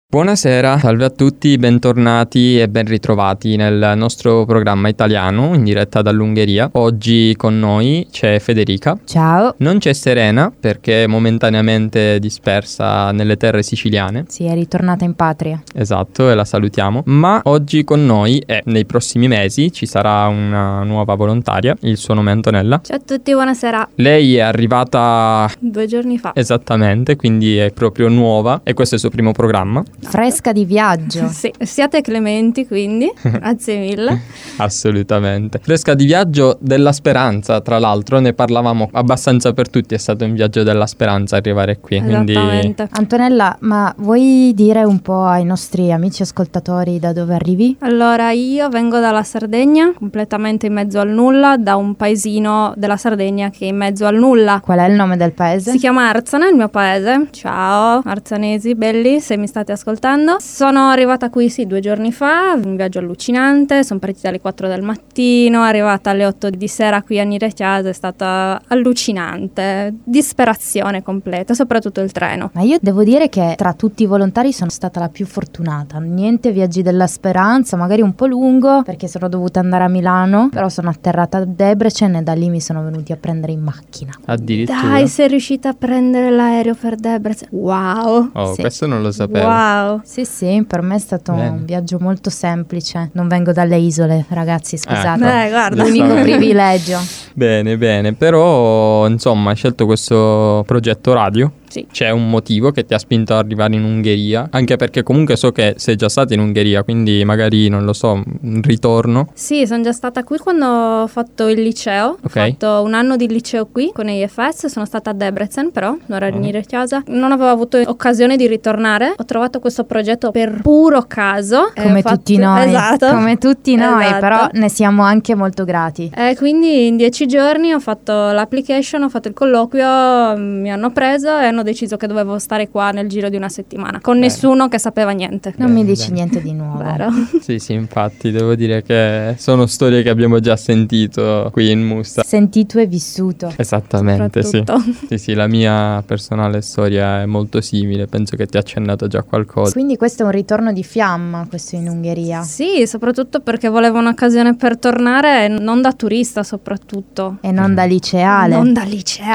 Buonasera, salve a tutti, bentornati e ben ritrovati nel nostro programma italiano in diretta dall'Ungheria. Oggi con noi c'è Federica. Ciao. Non c'è Serena perché è momentaneamente dispersa nelle terre siciliane. Sì, è ritornata in patria. Esatto, e la salutiamo. Ma oggi con noi e nei prossimi mesi ci sarà una nuova volontaria, il suo nome è Antonella. Ciao a tutti, buonasera. Lei è arrivata 2 giorni fa. esattamente, quindi è proprio nuova e questo è il suo primo programma. Fresca di viaggio. Sì, siate clementi quindi, grazie mille. Assolutamente. Fresca di viaggio della speranza, tra l'altro, ne parlavamo abbastanza per tutti, è stato un viaggio della speranza arrivare qui. Quindi... Esattamente. Antonella, ma vuoi dire un po' ai nostri amici ascoltatori da dove arrivi? Allora, io vengo dalla Sardegna, completamente in mezzo al nulla, da un paesino della Sardegna che è in mezzo al nulla. Qual è il nome del paese? Si chiama Arzana, il mio paese. Ciao, arzanesi belli, se mi state ascoltando. Sono arrivata qui 2 giorni fa, un viaggio allucinante, sono partita alle 4 del mattino, arrivata alle 8 di sera qui a Nirechiasa, è stata allucinante, disperazione completa, soprattutto il treno. Ma io devo dire che tra tutti i volontari sono stata la più fortunata. Niente viaggi della speranza, magari un po' lungo perché sono dovuta andare a Milano, però sono atterrata a Debrecen e da lì mi sono venuti a prendere in macchina. Addirittura. Dai, sei riuscita a prendere l'aereo per Debrecen. Wow. Oh, Sì. questo non lo sapevo. Wow. Sì, per me è stato Bene. un viaggio molto semplice. Non vengo dalle isole, ragazzi, scusate. Guarda. L'unico privilegio. Bene, però insomma hai scelto questo progetto radio. Sì. C'è un motivo che ti ha spinto ad arrivare in Ungheria? Anche perché comunque so che sei già stata in Ungheria, quindi magari, non lo so, un ritorno. Sì, sono già stata qui quando ho fatto il liceo. Ok. Ho fatto un anno di liceo qui con IFS, sono stata a Debrecen però, non ero a Nirechiasa. Non avevo avuto occasione di ritornare. Ho trovato questo progetto per puro caso. E Come ho fatto- tutti noi. Esatto. Come tutti noi, Esatto. però ne siamo anche molto grati. E quindi in 10 giorni ho fatto l'application, ho fatto il colloquio, mi hanno preso e hanno deciso che dovevo stare qua nel giro di una settimana, con nessuno che sapeva niente. Non mi Bene, dici bene. niente di nuovo. Vero? Sì, infatti devo dire che sono storie che abbiamo già sentito qui in Musta. Sentito e vissuto. Esattamente, sì. Soprattutto. Sì, la mia personale storia è molto simile, penso che ti ha accennato già qualcosa. Quindi questo è un ritorno di fiamma, questo in Ungheria. Sì, soprattutto perché volevo un'occasione per tornare, non da turista soprattutto. E non da liceale. Non da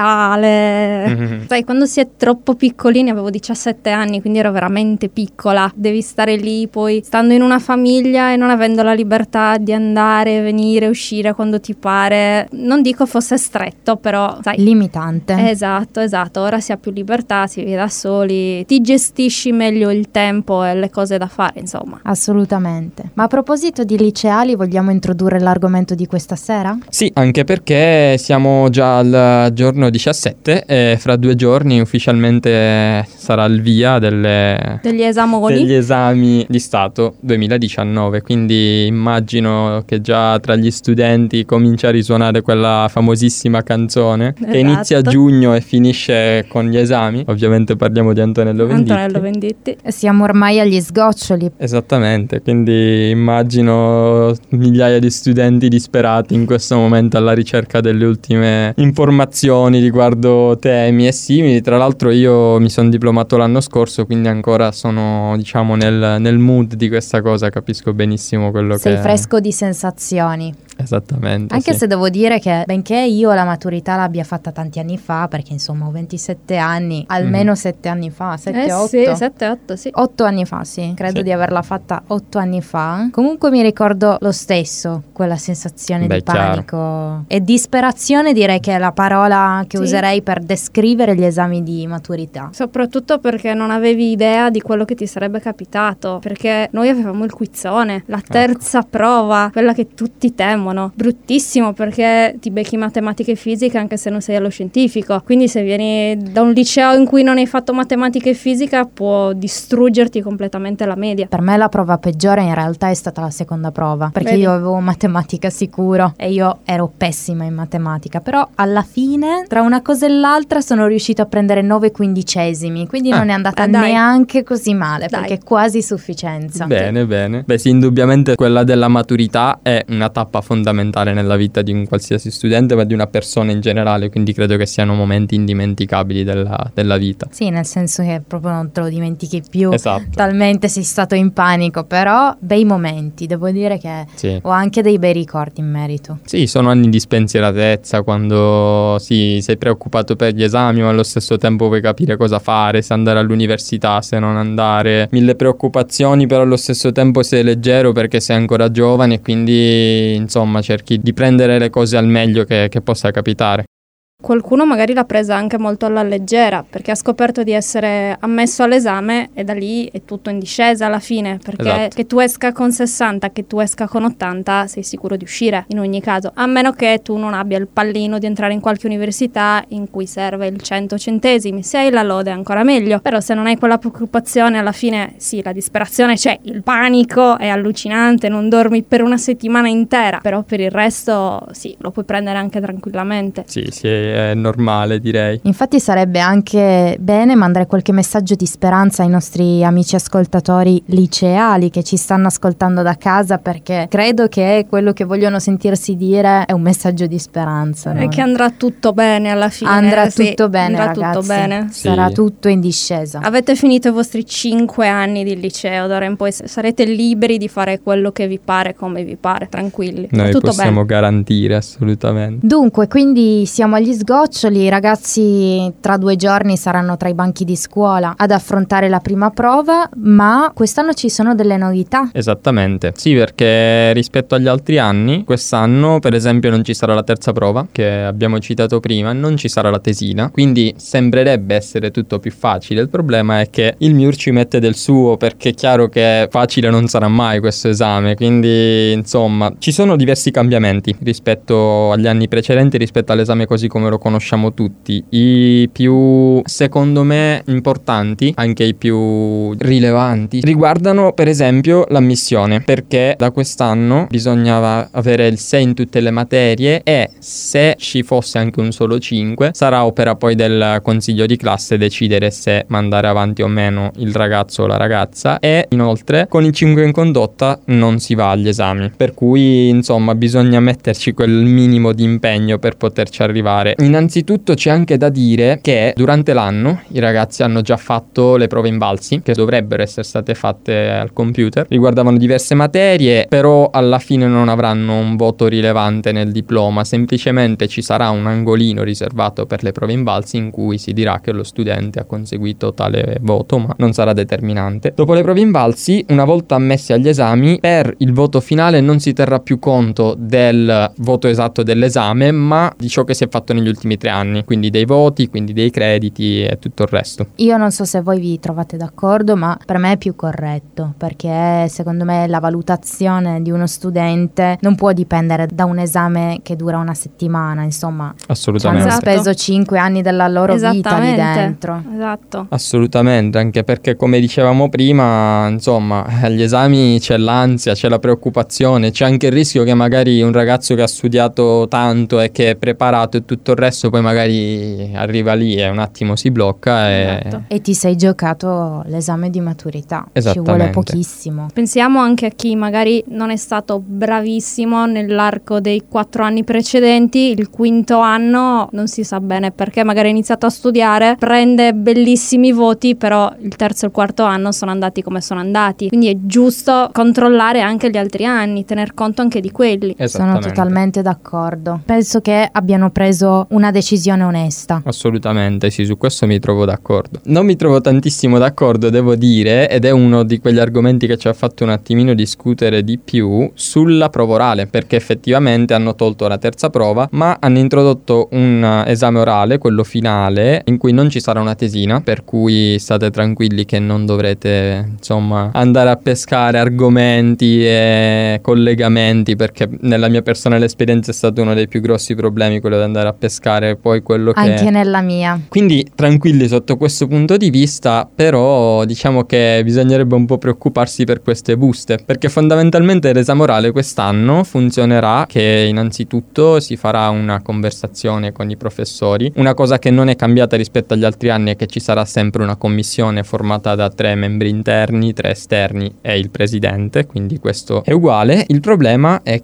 liceale. Sai, quando si è troppo piccolini, avevo 17 anni, quindi ero veramente piccola. Devi stare lì, poi stando in una famiglia e non avendo la libertà di andare, venire, uscire quando ti pare. Non dico fosse stretto, però sai. Limitante. Esatto. Ora si ha più libertà, si vive da soli, ti gestisci meglio il tempo e le cose da fare, insomma. Assolutamente. Ma a proposito di liceali, vogliamo introdurre l'argomento di questa sera? Sì, anche perché siamo già al giorno 17 e fra 2 giorni ufficialmente sarà il via Degli esami. degli esami di Stato 2019, quindi immagino che già tra gli studenti comincia a risuonare quella famosissima canzone che Esatto. inizia a giugno e finisce con gli esami. Ovviamente parliamo di Antonello Venditti. Antonello Venditti. Siamo ormai agli sgoccioli. Esattamente, quindi immagino migliaia di studenti disperati in questo momento alla ricerca delle ultime informazioni riguardo temi e simili. Tra l'altro io mi sono diplomato l'anno scorso, quindi ancora sono, diciamo, nel mood di questa cosa, capisco benissimo quello Sei che... fresco di sensazioni. Esattamente, Anche sì. se devo dire che benché io la maturità l'abbia fatta tanti anni fa, perché insomma ho 27 anni, almeno 7 anni fa, 7-8. Sì, 7-8, sì. 8 anni fa, sì, credo Sì. di averla fatta 8 anni fa. Comunque mi ricordo lo stesso, quella sensazione Beh, di panico e disperazione, direi che è la parola che Sì. userei per descrivere gli esami di maturità. Soprattutto perché non avevi idea di quello che ti sarebbe capitato, perché noi avevamo il quizzone, la terza prova, quella che tutti temono. Bruttissimo perché ti becchi matematica e fisica anche se non sei allo scientifico, quindi se vieni da un liceo in cui non hai fatto matematica e fisica può distruggerti completamente la media. Per me la prova peggiore in realtà è stata la seconda prova, perché Vedi? io avevo matematica sicuro e io ero pessima in matematica, però alla fine tra una cosa e l'altra sono riuscita a prendere 9/15, quindi non è andata dai. neanche così male, Dai. perché è quasi sufficienza. Bene. Beh sì, indubbiamente quella della maturità è una tappa fondamentale fondamentale nella vita di un qualsiasi studente, ma di una persona in generale, quindi credo che siano momenti indimenticabili della vita. Sì, nel senso che proprio non te lo dimentichi più. Esatto. Talmente sei stato in panico, però bei momenti, devo dire che Sì. ho anche dei bei ricordi in merito. Sì, sono anni di spensieratezza, quando sì, sei preoccupato per gli esami, ma allo stesso tempo vuoi capire cosa fare, se andare all'università, se non andare, mille preoccupazioni, però allo stesso tempo sei leggero perché sei ancora giovane e quindi insomma cerchi di prendere le cose al meglio che possa capitare. Qualcuno magari l'ha presa anche molto alla leggera perché ha scoperto di essere ammesso all'esame e da lì è tutto in discesa alla fine, perché Esatto. che tu esca con 60, che tu esca con 80 sei sicuro di uscire in ogni caso, a meno che tu non abbia il pallino di entrare in qualche università in cui serve il 100 centesimi. Se hai la lode ancora meglio, però se non hai quella preoccupazione alla fine sì, la disperazione c'è, il panico è allucinante, non dormi per una settimana intera, però per il resto sì, lo puoi prendere anche tranquillamente. Sì, è normale, direi. Infatti sarebbe anche bene mandare qualche messaggio di speranza ai nostri amici ascoltatori liceali che ci stanno ascoltando da casa, perché credo che quello che vogliono sentirsi dire è un messaggio di speranza. E che andrà tutto bene alla fine. Andrà sì, tutto bene, andrà ragazzi. tutto bene. Sì. Sarà tutto in discesa. Avete finito i vostri 5 anni di liceo, d'ora in poi sarete liberi di fare quello che vi pare, come vi pare, tranquilli. Noi tutto possiamo bene. garantire assolutamente. Dunque, quindi siamo agli sgoccioli, i ragazzi tra 2 giorni saranno tra i banchi di scuola ad affrontare la prima prova, ma quest'anno ci sono delle novità. Esattamente, sì, perché rispetto agli altri anni, quest'anno per esempio non ci sarà la terza prova che abbiamo citato prima, non ci sarà la tesina, quindi sembrerebbe essere tutto più facile. Il problema è che il MIUR ci mette del suo, perché è chiaro che facile non sarà mai questo esame, quindi insomma ci sono diversi cambiamenti rispetto agli anni precedenti, rispetto all'esame così come lo conosciamo tutti. I più, secondo me, importanti, anche i più rilevanti, riguardano per esempio l'ammissione, perché da quest'anno bisognava avere il 6 in tutte le materie e se ci fosse anche un solo 5 sarà opera poi del consiglio di classe decidere se mandare avanti o meno il ragazzo o la ragazza, e inoltre con il 5 in condotta non si va agli esami, per cui insomma bisogna metterci quel minimo di impegno per poterci arrivare. Innanzitutto c'è anche da dire che durante l'anno i ragazzi hanno già fatto le prove invalsi che dovrebbero essere state fatte al computer, riguardavano diverse materie, però alla fine non avranno un voto rilevante nel diploma, semplicemente ci sarà un angolino riservato per le prove invalsi in cui si dirà che lo studente ha conseguito tale voto, ma non sarà determinante. Dopo le prove invalsi, una volta ammessi agli esami, per il voto finale non si terrà più conto del voto esatto dell'esame, ma di ciò che si è fatto negli ultimi 3 anni, quindi dei voti, quindi dei crediti e tutto il resto. Io non so se voi vi trovate d'accordo, ma per me è più corretto, perché secondo me la valutazione di uno studente non può dipendere da un esame che dura una settimana, insomma. Ci Assolutamente. hanno Esatto. speso 5 anni della loro vita lì Esattamente. dentro. Esatto. Assolutamente, anche perché come dicevamo prima, insomma, agli esami c'è l'ansia, c'è la preoccupazione, c'è anche il rischio che magari un ragazzo che ha studiato tanto e che è preparato e tutto il resto poi magari arriva lì e un attimo si blocca Esatto. E ti sei giocato l'esame di maturità. Ci vuole Esattamente. pochissimo. Pensiamo anche a chi magari non è stato bravissimo nell'arco dei 4 anni precedenti, il quinto anno non si sa bene perché magari ha iniziato a studiare, prende bellissimi voti, però il terzo e il quarto anno sono andati come sono andati, quindi è giusto controllare anche gli altri anni, tener conto anche di quelli. Sono Esattamente. totalmente d'accordo. Penso che abbiano preso una decisione onesta. Assolutamente, sì, su questo mi trovo d'accordo. Non mi trovo tantissimo d'accordo, devo dire, ed è uno di quegli argomenti che ci ha fatto un attimino discutere di più sulla prova orale, perché effettivamente hanno tolto la terza prova, ma hanno introdotto un esame orale, quello finale, in cui non ci sarà una tesina, per cui state tranquilli che non dovrete, insomma, andare a pescare argomenti e collegamenti, perché nella mia personale esperienza è stato uno dei più grossi problemi quello di andare a pescare poi quello che... Anche nella mia. Quindi tranquilli sotto questo punto di vista, però diciamo che bisognerebbe un po' preoccuparsi per queste buste, perché fondamentalmente l'esame orale quest'anno funzionerà che innanzitutto si farà una conversazione con i professori, una cosa che non è cambiata rispetto agli altri anni è che ci sarà sempre una commissione formata da 3 membri interni, 3 esterni e il presidente, quindi questo è uguale. Il problema è che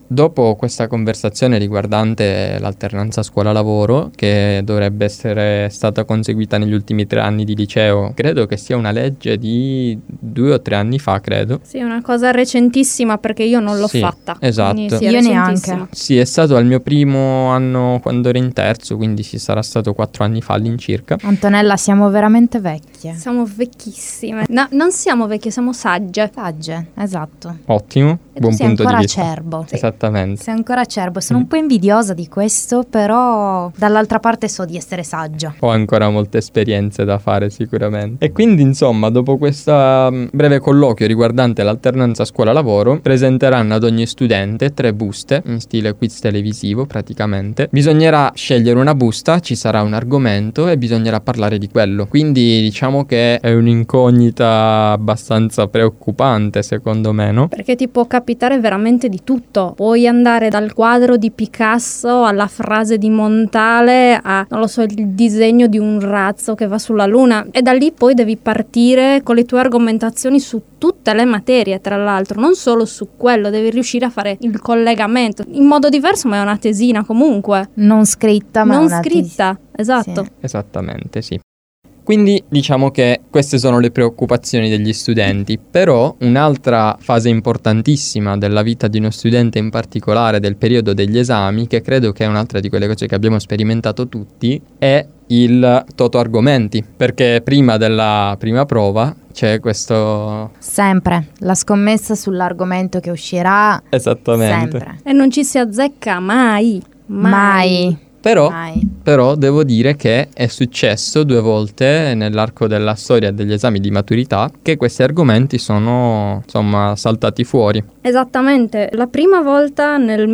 dopo questa conversazione riguardante l'alternanza scuola-lavoro, che dovrebbe essere stata conseguita negli ultimi 3 anni di liceo, credo che sia una legge di 2 o 3 anni fa, credo. Sì, è una cosa recentissima perché io non l'ho fatta. Esatto. Quindi sì, è Io recentissima. neanche. Sì, è stato al mio primo anno quando ero in terzo, quindi ci sarà stato 4 anni fa all'incirca. Antonella, siamo veramente vecchie. Siamo vecchissime. No, non siamo vecchie, siamo sagge. Sagge, esatto. Ottimo, E buon tu sei punto di ancora vista. acerbo. Esattamente. Sei ancora acerbo. Sono un po' invidiosa di questo, però dall'altra parte so di essere saggia. Ho ancora molte esperienze da fare sicuramente. E quindi insomma, dopo questo breve colloquio riguardante l'alternanza scuola-lavoro, presenteranno ad ogni studente 3 buste, in stile quiz televisivo praticamente. Bisognerà scegliere una busta, ci sarà un argomento e bisognerà parlare di quello. Quindi diciamo che è un'incognita abbastanza preoccupante, secondo me, no? Perché ti può capitare veramente di tutto. Puoi andare dal quadro di Picasso alla frase di Montale a, non lo so, il disegno di un razzo che va sulla luna. E da lì poi devi partire con le tue argomentazioni su tutte le materie, tra l'altro, non solo su quello. Devi riuscire a fare il collegamento in modo diverso, ma è una tesina comunque. Non scritta, ma Non una scritta, esatto. Sì. Esattamente, sì. Quindi diciamo che queste sono le preoccupazioni degli studenti, però un'altra fase importantissima della vita di uno studente, in particolare del periodo degli esami, che credo che è un'altra di quelle cose che abbiamo sperimentato tutti, è il toto argomenti, perché prima della prima prova c'è questo... Sempre la scommessa sull'argomento che uscirà. Esattamente. Sempre. E non ci si azzecca mai. Mai. Però devo dire che è successo 2 volte nell'arco della storia degli esami di maturità che questi argomenti sono, insomma, saltati fuori. Esattamente, la prima volta nel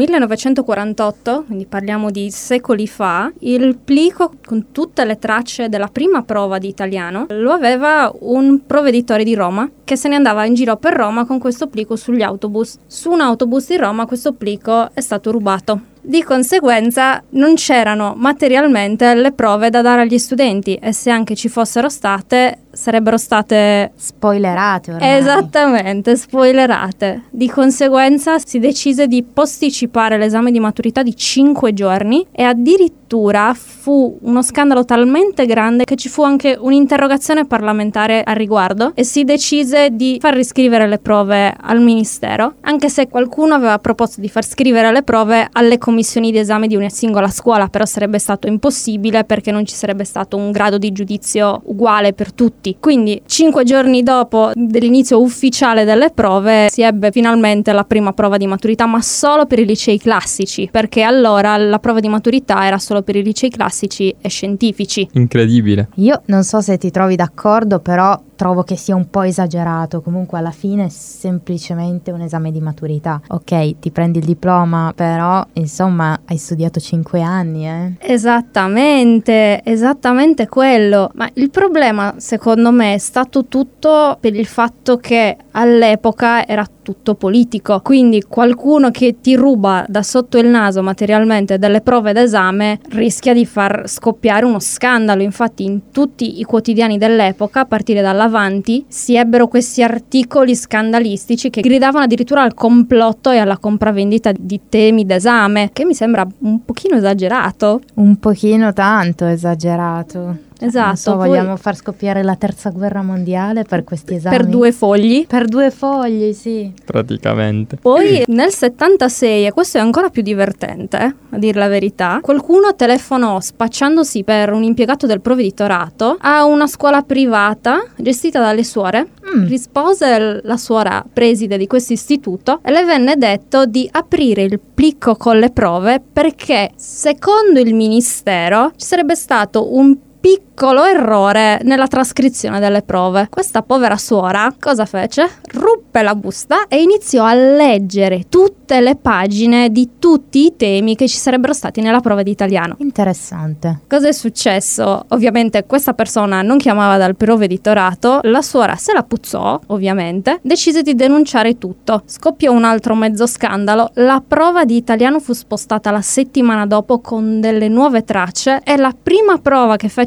1948, quindi parliamo di secoli fa, il plico con tutte le tracce della prima prova di italiano lo aveva un provveditore di Roma che se ne andava in giro per Roma con questo plico sugli autobus. Su un autobus di Roma questo plico è stato rubato. Di conseguenza non c'erano materialmente le prove da dare agli studenti e se anche ci fossero state sarebbero state spoilerate ormai. Esattamente, spoilerate. Di conseguenza si decise di posticipare l'esame di maturità di 5 giorni e addirittura fu uno scandalo talmente grande che ci fu anche un'interrogazione parlamentare al riguardo e si decise di far riscrivere le prove al ministero, anche se qualcuno aveva proposto di far scrivere le prove alle commissioni di esame di una singola scuola, però sarebbe stato impossibile perché non ci sarebbe stato un grado di giudizio uguale per tutti. Quindi 5 giorni dopo dell'inizio ufficiale delle prove si ebbe finalmente la prima prova di maturità, ma solo per i licei classici, perché allora la prova di maturità era solo per i licei classici e scientifici. Incredibile. Io non so se ti trovi d'accordo, però trovo che sia un po' esagerato. Comunque alla fine è semplicemente un esame di maturità. Ok, ti prendi il diploma, però insomma hai studiato 5 anni, Esattamente quello. Ma il problema secondo me è stato tutto per il fatto che all'epoca era tutto politico, quindi qualcuno che ti ruba da sotto il naso materialmente delle prove d'esame rischia di far scoppiare uno scandalo. Infatti in tutti i quotidiani dell'epoca, a partire dall'Avanti, si ebbero questi articoli scandalistici che gridavano addirittura al complotto e alla compravendita di temi d'esame, che mi sembra un pochino esagerato. Un pochino tanto esagerato. Esatto. Non so, vogliamo far scoppiare la terza guerra mondiale per questi esami? Per 2 fogli. Per 2 fogli, sì. Praticamente. Poi nel 76, e questo è ancora più divertente, a dir la verità, qualcuno telefonò spacciandosi per un impiegato del provveditorato a una scuola privata gestita dalle suore. Rispose la suora preside di questo istituto e le venne detto di aprire il plico con le prove perché secondo il ministero ci sarebbe stato un piccolo errore nella trascrizione delle prove. Questa povera suora cosa fece? Ruppe la busta e iniziò a leggere tutte le pagine di tutti i temi che ci sarebbero stati nella prova di italiano. Interessante. Cosa è successo? Ovviamente questa persona non chiamava dal provveditorato, la suora se la puzzò, ovviamente, decise di denunciare tutto. Scoppiò un altro mezzo scandalo, la prova di italiano fu spostata la settimana dopo con delle nuove tracce e la prima prova che fece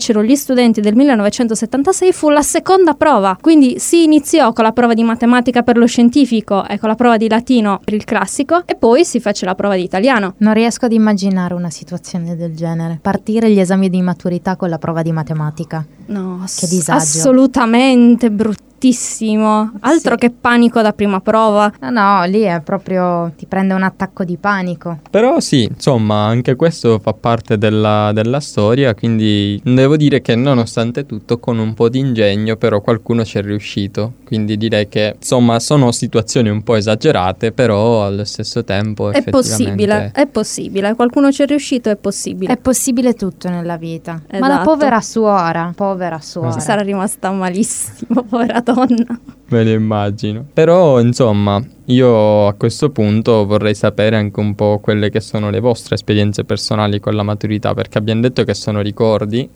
fecero gli studenti del 1976 fu la seconda prova, quindi si iniziò con la prova di matematica per lo scientifico e con la prova di latino per il classico e poi si fece la prova di italiano. Non riesco ad immaginare una situazione del genere. Partire gli esami di maturità con la prova di matematica. No, che disagio. Assolutamente bruttissimo. Altro Sì. che panico da prima prova. No, lì è proprio ti prende un attacco di panico. Però sì, insomma, anche questo fa parte della storia, quindi devo dire che nonostante tutto, con un po' di ingegno, però qualcuno ci è riuscito. Quindi direi che, insomma, sono situazioni un po' esagerate, però allo stesso tempo È possibile, è possibile. Qualcuno ci è riuscito, è possibile. È possibile tutto nella vita. Ma la Esatto. povera suora. Ci sarà rimasta malissimo, povera donna. Me lo immagino. Però, insomma, io a questo punto vorrei sapere anche un po' quelle che sono le vostre esperienze personali con la maturità, perché abbiamo detto che sono ricordi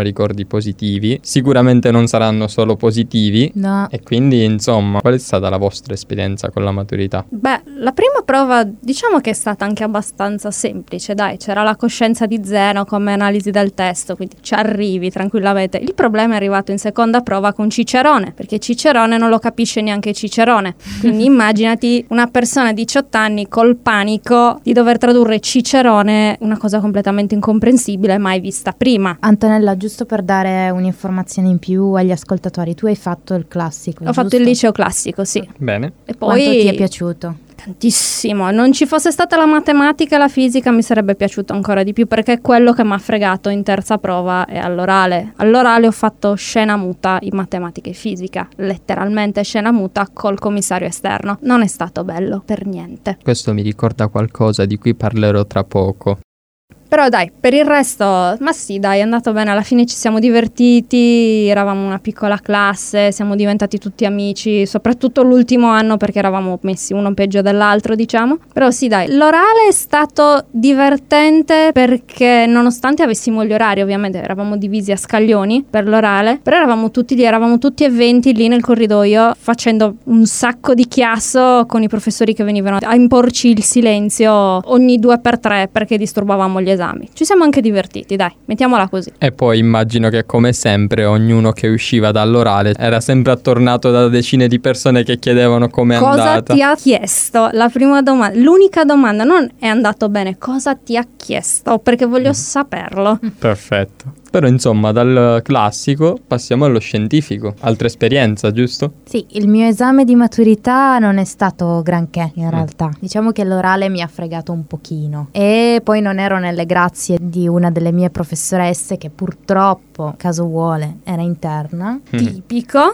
positivi. Sicuramente non saranno solo positivi. No. E quindi, insomma, qual è stata la vostra esperienza con la maturità? Beh, la prima prova diciamo che è stata anche abbastanza semplice, dai, c'era la coscienza di Zeno come analisi del testo, quindi ci arrivi tranquillamente. Il problema è arrivato in seconda prova con Cicerone, perché Cicerone non lo capisce neanche Cicerone. Quindi immaginati una persona di 18 anni col panico di dover tradurre Cicerone, una cosa completamente incomprensibile, mai vista prima. Antonella, giusto per dare un'informazione in più agli ascoltatori, tu hai fatto il classico, Ho fatto il liceo classico, sì. Bene. E Quanto poi ti è piaciuto? tantissimo. Non ci fosse stata la matematica e la fisica mi sarebbe piaciuto ancora di più, perché è quello che mi ha fregato in terza prova e all'orale. All'orale ho fatto scena muta in matematica e fisica, letteralmente scena muta col commissario esterno. Non è stato bello per niente. Questo mi ricorda qualcosa di cui parlerò tra poco. Però dai, per il resto, ma sì dai, è andato bene, alla fine ci siamo divertiti, eravamo una piccola classe, siamo diventati tutti amici, soprattutto l'ultimo anno perché eravamo messi uno peggio dell'altro, diciamo. Però sì dai, l'orale è stato divertente perché nonostante avessimo gli orari, ovviamente eravamo divisi a scaglioni per l'orale, però eravamo tutti lì, eravamo tutti e 20 lì nel corridoio facendo un sacco di chiasso con i professori che venivano a imporci il silenzio ogni 2x3 perché disturbavamo gli esami. Ci siamo anche divertiti, dai, mettiamola così. E poi immagino che come sempre ognuno che usciva dall'orale era sempre attornato da decine di persone che chiedevano com'è Cosa andata. ti ha chiesto? La prima domanda, l'unica domanda, non è andato bene, cosa ti ha chiesto? Perché voglio saperlo. Perfetto. Però insomma dal classico passiamo allo scientifico. Altra esperienza, giusto? Sì, il mio esame di maturità non è stato granché in realtà. Diciamo che l'orale mi ha fregato un pochino. E poi non ero nelle grazie di una delle mie professoresse che purtroppo, caso vuole, era interna. Tipico.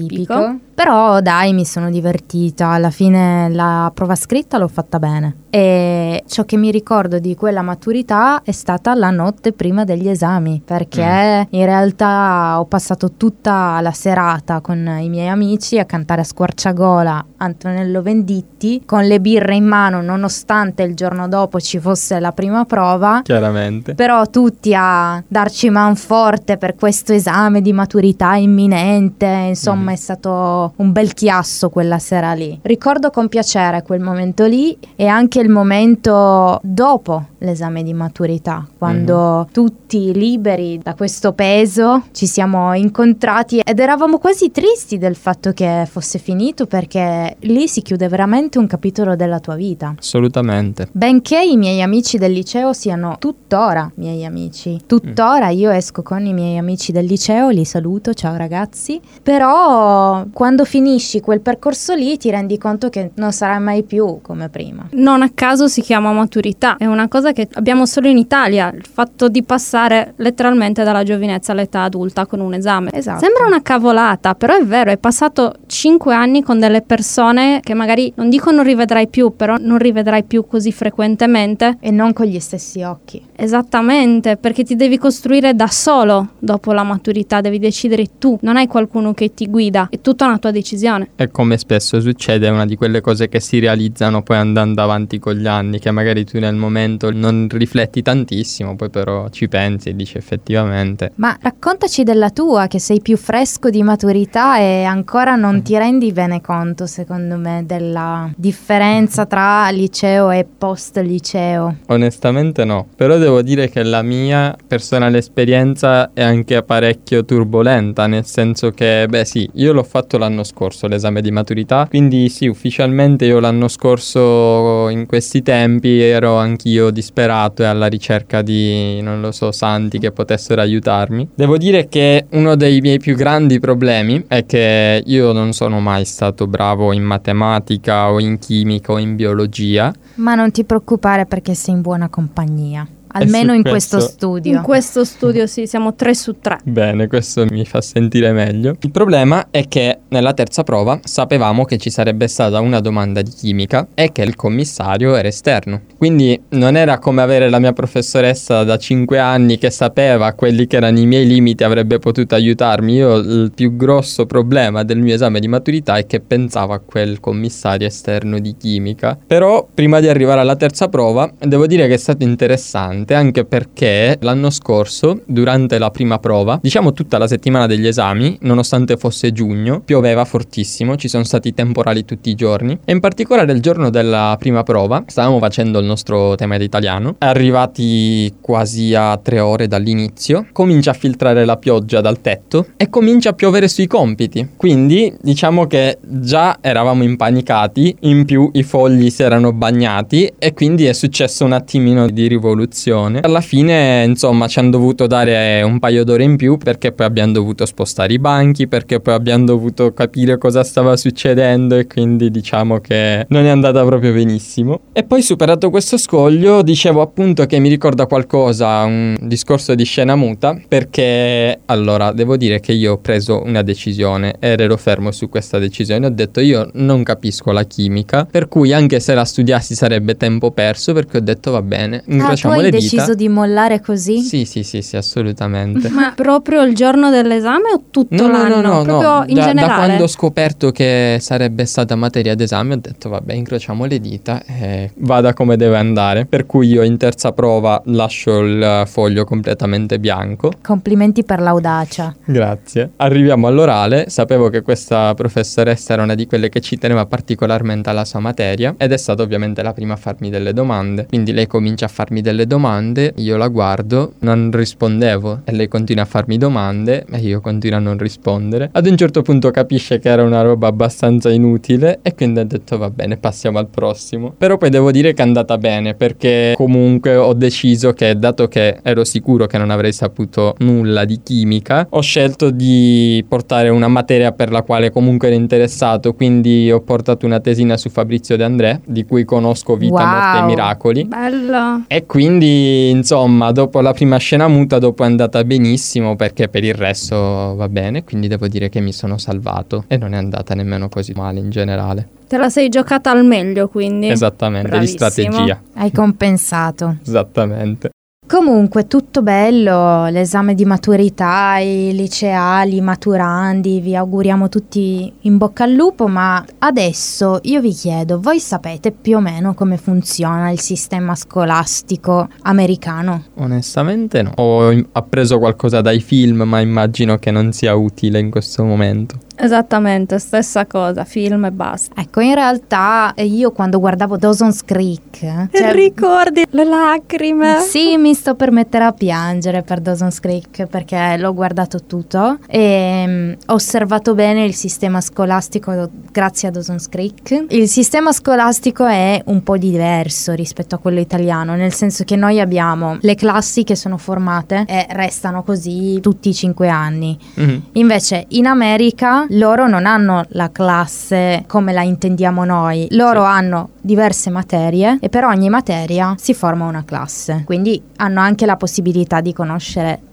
Però dai, mi sono divertita. Alla fine la prova scritta l'ho fatta bene. E ciò che mi ricordo di quella maturità è stata la notte prima degli esami, perché in realtà ho passato tutta la serata con i miei amici a cantare a squarciagola Antonello Venditti con le birre in mano, nonostante il giorno dopo ci fosse la prima prova. Chiaramente. Però tutti a darci manforte per questo esame di maturità imminente, insomma è stato un bel chiasso quella sera lì. Ricordo con piacere quel momento lì e anche il momento dopo l'esame di maturità, quando tutti liberi da questo peso ci siamo incontrati ed eravamo quasi tristi del fatto che fosse finito, perché lì si chiude veramente un capitolo della tua vita. Assolutamente. Benché i miei amici del liceo siano tuttora miei amici, tuttora io esco con i miei amici del liceo, li saluto, ciao ragazzi, però quando finisci quel percorso lì ti rendi conto che non sarai mai più come prima. Non a caso si chiama maturità, è una cosa che abbiamo solo in Italia, il fatto di passare letteralmente dalla giovinezza all'età adulta con un esame. Esatto. Sembra una cavolata, però è vero, hai passato 5 anni con delle persone che magari non dico non rivedrai più, però non rivedrai più così frequentemente. E non con gli stessi occhi. Esattamente, perché ti devi costruire da solo dopo la maturità, devi decidere tu, non hai qualcuno che ti guida, è tutta una tua decisione. E come spesso succede, è una di quelle cose che si realizzano poi andando avanti con gli anni, che magari tu nel momento non rifletti tantissimo, poi però ci pensi e dici effettivamente. Ma raccontaci della tua, che sei più fresco di maturità e ancora non ti rendi bene conto, secondo me, della differenza tra liceo e post liceo. Onestamente no, però devo dire che la mia personale esperienza è anche parecchio turbolenta, nel senso che, beh sì, io l'ho fatto l'anno scorso l'esame di maturità, quindi sì, ufficialmente io l'anno scorso in questi tempi ero anch'io disperato e alla ricerca di, non lo so, santi che potessero aiutarmi. Devo dire che uno dei miei più grandi problemi è che io non sono mai stato bravo in matematica o in chimica o in biologia. Ma non ti preoccupare perché sei in buona compagnia. Almeno in questo studio. In questo studio sì, siamo 3 su 3. Bene, questo mi fa sentire meglio. Il problema è che nella terza prova sapevamo che ci sarebbe stata una domanda di chimica e che il commissario era esterno. Quindi non era come avere la mia professoressa da 5 anni che sapeva quelli che erano i miei limiti e avrebbe potuto aiutarmi. Io il più grosso problema del mio esame di maturità è che pensavo a quel commissario esterno di chimica. Però prima di arrivare alla terza prova devo dire che è stato interessante, anche perché l'anno scorso, durante la prima prova, diciamo tutta la settimana degli esami, nonostante fosse giugno, pioveva fortissimo, ci sono stati temporali tutti i giorni e in particolare il giorno della prima prova stavamo facendo il nostro tema di italiano, arrivati quasi a 3 ore dall'inizio, comincia a filtrare la pioggia dal tetto e comincia a piovere sui compiti, quindi diciamo che già eravamo impanicati, in più i fogli si erano bagnati e quindi è successo un attimino di rivoluzione. Alla fine, insomma, ci hanno dovuto dare un paio d'ore in più perché poi abbiamo dovuto spostare i banchi, perché poi abbiamo dovuto capire cosa stava succedendo e quindi diciamo che non è andata proprio benissimo. E poi superato questo scoglio, dicevo appunto che mi ricorda qualcosa, un discorso di scena muta, perché allora devo dire che io ho preso una decisione ed ero fermo su questa decisione. Ho detto io non capisco la chimica, per cui anche se la studiassi sarebbe tempo perso, perché ho detto va bene, incrociamo le dita. Deciso di mollare così? Sì, assolutamente. Ma proprio il giorno dell'esame o tutto l'anno? No, proprio in generale? Da quando ho scoperto che sarebbe stata materia d'esame ho detto vabbè, incrociamo le dita e vada come deve andare. Per cui io in terza prova lascio il foglio completamente bianco. Complimenti per l'audacia. Grazie. Arriviamo all'orale, sapevo che questa professoressa era una di quelle che ci teneva particolarmente alla sua materia ed è stata ovviamente la prima a farmi delle domande. Quindi lei comincia a farmi delle domande, io la guardo, non rispondevo e lei continua a farmi domande e io continuo a non rispondere. Ad un certo punto capisce che era una roba abbastanza inutile e quindi ha detto va bene, passiamo al prossimo. Però poi devo dire che è andata bene perché comunque ho deciso che, dato che ero sicuro che non avrei saputo nulla di chimica, ho scelto di portare una materia per la quale comunque ero interessato, quindi ho portato una tesina su Fabrizio De André, di cui conosco vita, morte e miracoli. Bello! E quindi insomma dopo la prima scena muta dopo è andata benissimo perché per il resto va bene, quindi devo dire che mi sono salvato e non è andata nemmeno così male in generale. Te la sei giocata al meglio quindi. Esattamente, bravissimo. Di strategia. Hai compensato. Esattamente. Comunque tutto bello, l'esame di maturità, i liceali, i maturandi, vi auguriamo tutti in bocca al lupo, ma adesso io vi chiedo, voi sapete più o meno come funziona il sistema scolastico americano? Onestamente no, ho appreso qualcosa dai film ma immagino che non sia utile in questo momento. Esattamente, stessa cosa, film e basta. Ecco, in realtà io quando guardavo Dawson's Creek... ricordi le lacrime? Sì, mi sto per mettere a piangere per Dawson's Creek perché l'ho guardato tutto e ho osservato bene il sistema scolastico grazie a Dawson's Creek. Il sistema scolastico è un po' diverso rispetto a quello italiano, nel senso che noi abbiamo le classi che sono formate e restano così tutti i 5 anni. Invece in America loro non hanno la classe come la intendiamo noi, loro hanno diverse materie e per ogni materia si forma una classe, quindi hanno anche la possibilità di conoscere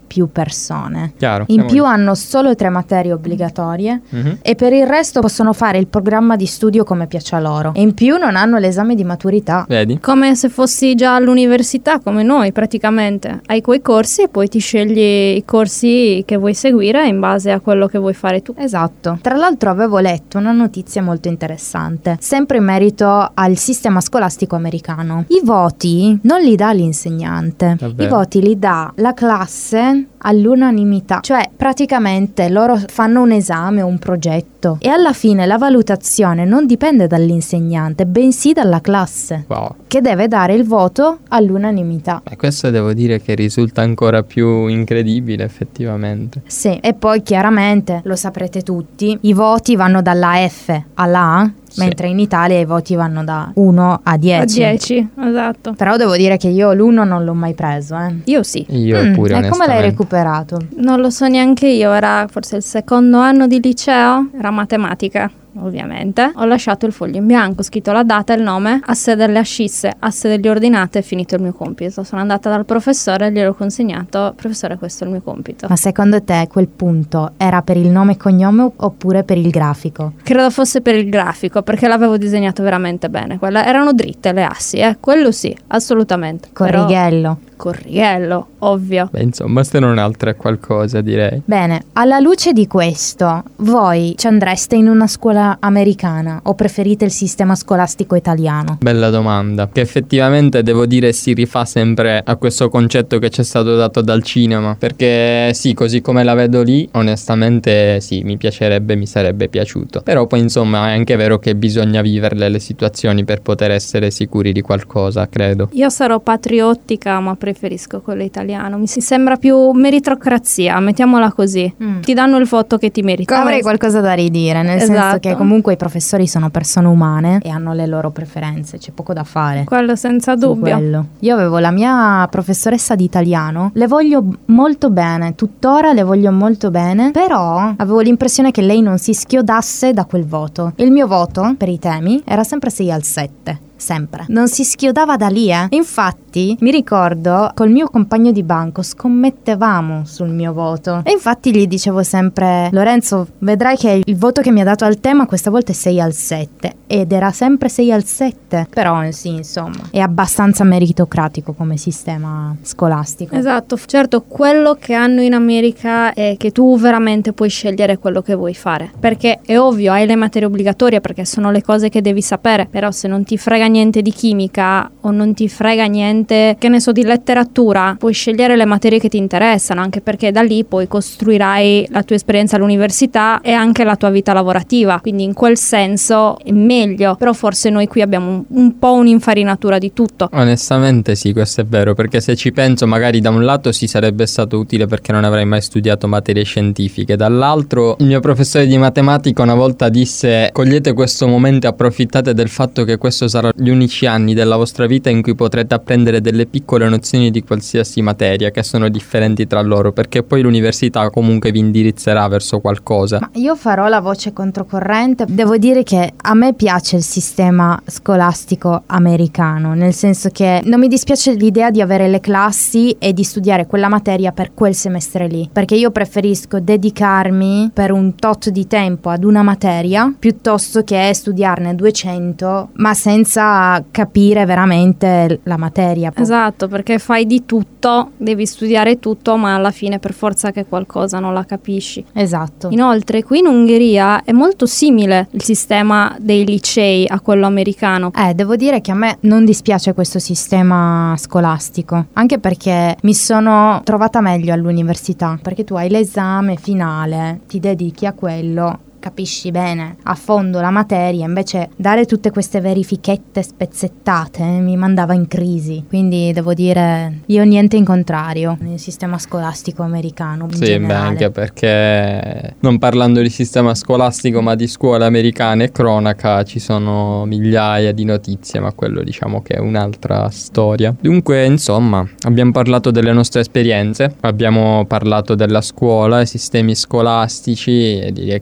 più persone. Chiaro. In più hanno solo 3 materie obbligatorie e per il resto possono fare il programma di studio come piace a loro. E in più non hanno l'esame di maturità. Vedi? Come se fossi già all'università, come noi praticamente. Hai quei corsi e poi ti scegli i corsi che vuoi seguire in base a quello che vuoi fare tu. Esatto. Tra l'altro avevo letto una notizia molto interessante, sempre in merito al sistema scolastico americano. I voti non li dà l'insegnante, Davvero? i voti li dà la classe all'unanimità, cioè praticamente loro fanno un esame o un progetto e alla fine la valutazione non dipende dall'insegnante, bensì dalla classe, Wow. che deve dare il voto all'unanimità. E questo devo dire che risulta ancora più incredibile effettivamente. Sì, e poi chiaramente, lo saprete tutti, i voti vanno dalla F alla A, Sì. mentre in Italia i voti vanno da 1 a 10. A 10, esatto. Però devo dire che io l'1 non l'ho mai preso, Io sì. Io pure, e come l'hai onestamente. recuperato? Non lo so neanche io, era forse il secondo anno di liceo, era matematica. Ovviamente ho lasciato il foglio in bianco, ho scritto la data e il nome, asse delle ascisse, asse delle ordinate, è finito il mio compito. Sono andata dal professore e gliel'ho consegnato: professore, questo è il mio compito. Ma secondo te quel punto era per il nome e cognome oppure per il grafico? Credo fosse per il grafico, perché l'avevo disegnato veramente bene. Erano dritte le assi, quello sì, assolutamente. Con Però righello. con righello, ovvio. Beh, insomma, se non altro è qualcosa, direi. Bene, alla luce di questo, voi ci andreste in una scuola americana o preferite il sistema scolastico italiano? Bella domanda, che effettivamente devo dire si rifà sempre a questo concetto che ci è stato dato dal cinema, perché sì, così come la vedo lì, onestamente sì, mi piacerebbe, mi sarebbe piaciuto, però poi insomma è anche vero che bisogna viverle le situazioni per poter essere sicuri di qualcosa, credo. Io sarò patriottica, ma preferisco quello italiano. Mi sembra più meritocrazia, mettiamola così. Ti danno il voto che ti meriti. Avrei qualcosa da ridire, nel senso Esatto. che comunque i professori sono persone umane e hanno le loro preferenze, c'è poco da fare. Quello senza su dubbio. quello. Io avevo la mia professoressa di italiano, le voglio molto bene, tuttora le voglio molto bene, però avevo l'impressione che lei non si schiodasse da quel voto. Il mio voto per i temi era sempre 6 al 7. Sempre. Non si schiodava da lì, Infatti, mi ricordo, col mio compagno di banco scommettevamo sul mio voto. E infatti gli dicevo sempre: Lorenzo, vedrai che il voto che mi ha dato al tema questa volta è 6 al 7. Ed era sempre 6 al 7. Però sì, insomma, è abbastanza meritocratico come sistema scolastico. Esatto, certo, quello che hanno in America è che tu veramente puoi scegliere quello che vuoi fare, perché è ovvio, hai le materie obbligatorie perché sono le cose che devi sapere, però se non ti frega niente di chimica o non ti frega niente, che ne so, di letteratura, puoi scegliere le materie che ti interessano, anche perché da lì poi costruirai la tua esperienza all'università e anche la tua vita lavorativa, quindi in quel senso è meglio. Però forse noi qui abbiamo un po' un'infarinatura di tutto. Onestamente sì, questo è vero, perché se ci penso magari da un lato sì sarebbe stato utile perché non avrei mai studiato materie scientifiche, dall'altro il mio professore di matematica una volta disse: cogliete questo momento e approfittate del fatto che questo sarà gli unici anni della vostra vita in cui potrete apprendere delle piccole nozioni di qualsiasi materia che sono differenti tra loro, perché poi l'università comunque vi indirizzerà verso qualcosa. Ma io farò la voce controcorrente. Devo dire che a me piace il sistema scolastico americano, nel senso che non mi dispiace l'idea di avere le classi e di studiare quella materia per quel semestre lì, perché io preferisco dedicarmi per un tot di tempo ad una materia piuttosto che studiarne 200 ma senza capire veramente la materia. Esatto, perché fai di tutto, devi studiare tutto, ma alla fine per forza che qualcosa non la capisci. Esatto. Inoltre qui in Ungheria è molto simile il sistema dei licei a quello americano. Devo dire che a me non dispiace questo sistema scolastico, anche perché mi sono trovata meglio all'università, perché tu hai l'esame finale, ti dedichi a quello, capisci bene a fondo la materia, invece dare tutte queste verifichette spezzettate mi mandava in crisi. Quindi devo dire, io niente in contrario nel sistema scolastico americano in Sì, beh, generale. anche perché non parlando di sistema scolastico ma di scuole americane e cronaca ci sono migliaia di notizie, ma quello diciamo che è un'altra storia. Dunque, insomma, abbiamo parlato delle nostre esperienze, abbiamo parlato della scuola, i sistemi scolastici, e direi che il periodo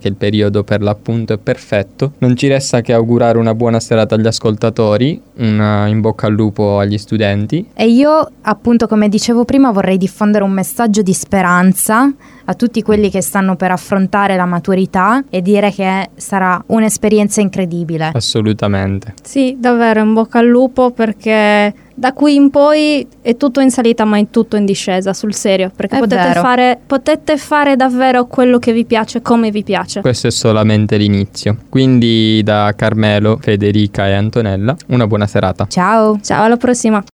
periodo per l'appunto è perfetto. Non ci resta che augurare una buona serata agli ascoltatori, una in bocca al lupo agli studenti. E io, appunto, come dicevo prima, vorrei diffondere un messaggio di speranza a tutti quelli che stanno per affrontare la maturità e dire che sarà un'esperienza incredibile. Assolutamente. Sì, davvero in bocca al lupo, perché da qui in poi è tutto in salita ma è tutto in discesa, sul serio, perché È vero. potete fare davvero quello che vi piace, come vi piace. Questo è solamente l'inizio. Quindi da Carmelo, Federica e Antonella, una buona serata. Ciao! Ciao, alla prossima.